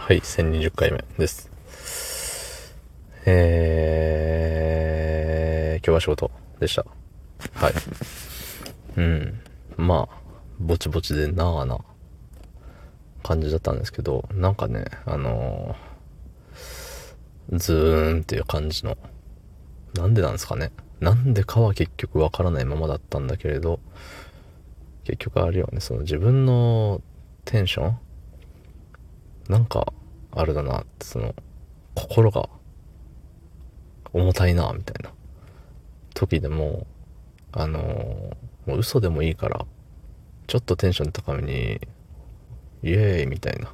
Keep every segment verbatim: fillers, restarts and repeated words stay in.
はい、せんにじゅっかいめです。えー、今日は仕事でした。はい。うん。まあ、ぼちぼちでなーな感じだったんですけど、なんかね、あのー、ズーンっていう感じの、なんでなんですかね。なんでかは結局わからないままだったんだけれど、結局あれよね、その自分のテンションなんか、あれだなって、その、心が重たいな、みたいな時でも、あのー、もう嘘でもいいから、ちょっとテンション高めに、イエーイみたいな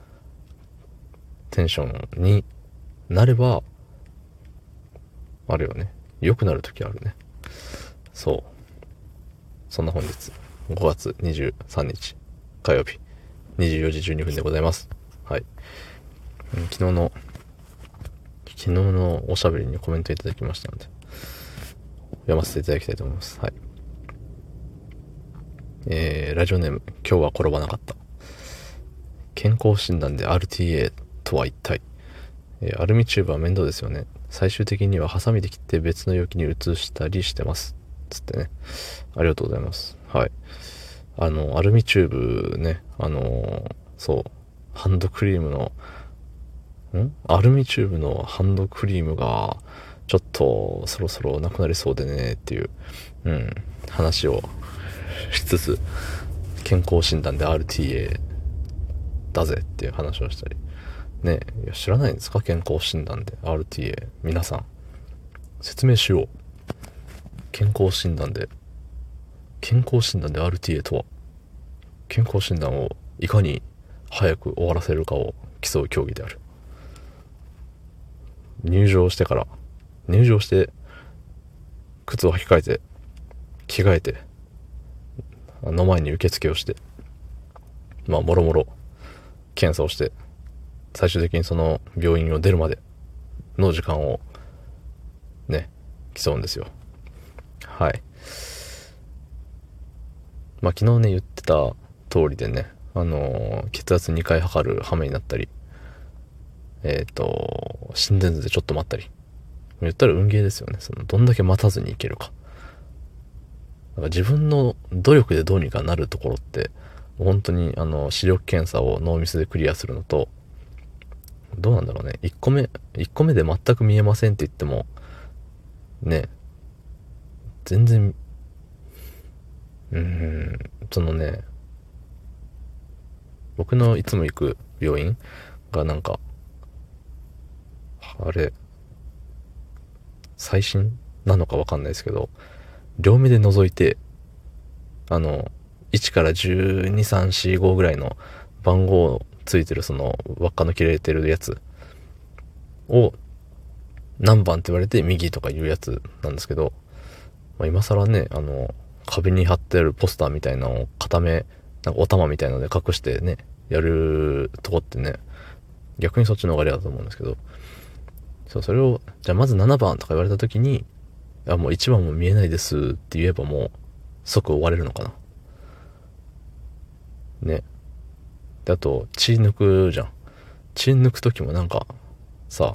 テンションになれば、あるよね。良くなる時あるね。そう。そんな本日、ごがつにじゅうさんにち、火曜日、にじゅうよじじゅうにふんでございます。はい。うん昨日の、昨日のおしゃべりにコメントいただきましたので、読ませていただきたいと思います。はい。えー、ラジオネーム、今日は転ばなかった。健康診断で アールティーエー とは一体。えーアルミチューブは面倒ですよね。最終的にはハサミで切って別の容器に移したりしてます。つってね。ありがとうございます。はい。あの、アルミチューブね、あのーそう、ハンドクリームの、んアルミチューブのハンドクリームが、ちょっとそろそろなくなりそうでねっていう、うん、話をしつつ、健康診断で アールティーエー だぜっていう話をしたり、ねえ、いや知らないんですか健康診断で アールティーエー。皆さん、説明しよう。健康診断で、健康診断で アールティーエー とは、健康診断をいかに早く終わらせるかを競う競技である。入場してから、入場して、靴を履き替えて、着替えて、の前に受付をして、まあ、もろもろ検査をして、最終的にその病院を出るまでの時間をね、競うんですよ。はい。まあ、昨日ね、言ってた通りでね、あのー血圧にかい測る羽目になったり、えっ、と、心電図でちょっと待ったり。言ったら運ゲーですよね。その、どんだけ待たずにいけるか。だから自分の努力でどうにかなるところって、本当にあの、視力検査をノーミスでクリアするのと、どうなんだろうね。いっこめ、いっこめで全く見えませんって言っても、ね、全然、うーん、そのね、僕のいつも行く病院がなんか、あれ、最新なのかわかんないですけど、両目で覗いて、あの、いちからじゅうに、さん、よん、ごぐらいの番号ついてるその輪っかの切れてるやつを何番って言われて右とかいうやつなんですけど、まあ、今更ね、あの、壁に貼ってあるポスターみたいなのを固め、なんかお玉みたいなので隠してね、やるとこってね、逆にそっちの方がレアだと思うんですけど、そう、それを、じゃあまずななばんとか言われた時に、あ、もういちばんも見えないですって言えばもう即終われるのかな。ね。で、あと、血抜くじゃん。血抜く時もなんか、さ、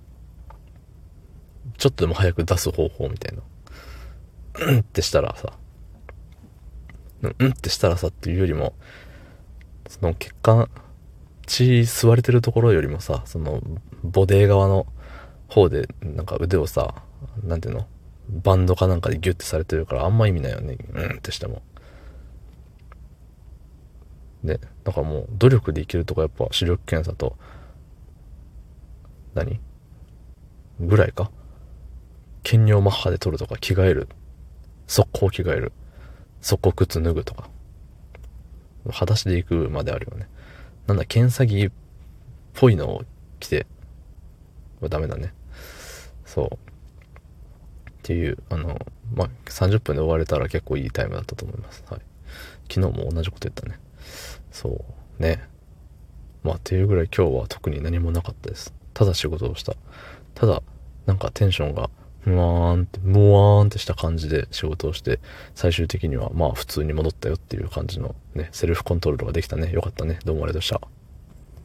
ちょっとでも早く出す方法みたいな。うんってしたらさ、うんってしたらさっていうよりも、その血管、血吸われてるところよりもさ、その、ボデー側の方で、なんか腕をさ、なんていうのバンドかなんかでギュッてされてるからあんま意味ないよね。うんってしても。ね。だからもう努力でいけるとこやっぱ視力検査と、何ぐらいか検尿マッハで取るとか着替える。速攻着替える。速攻靴脱ぐとか。裸足で行くまであるよね。なんだ、検査着っぽいのを着て、ダメだね。そう。っていう、あの、まあ、さんじゅっぷんで終われたら結構いいタイムだったと思います。はい。昨日も同じこと言ったね。そうね。まあっていうぐらい今日は特に何もなかったです。ただ仕事をした。ただなんかテンションがムワーンってムワーンってした感じで仕事をして、最終的にはまあ普通に戻ったよっていう感じのね、セルフコントロールができたね。よかったね。どうもありがとうございました。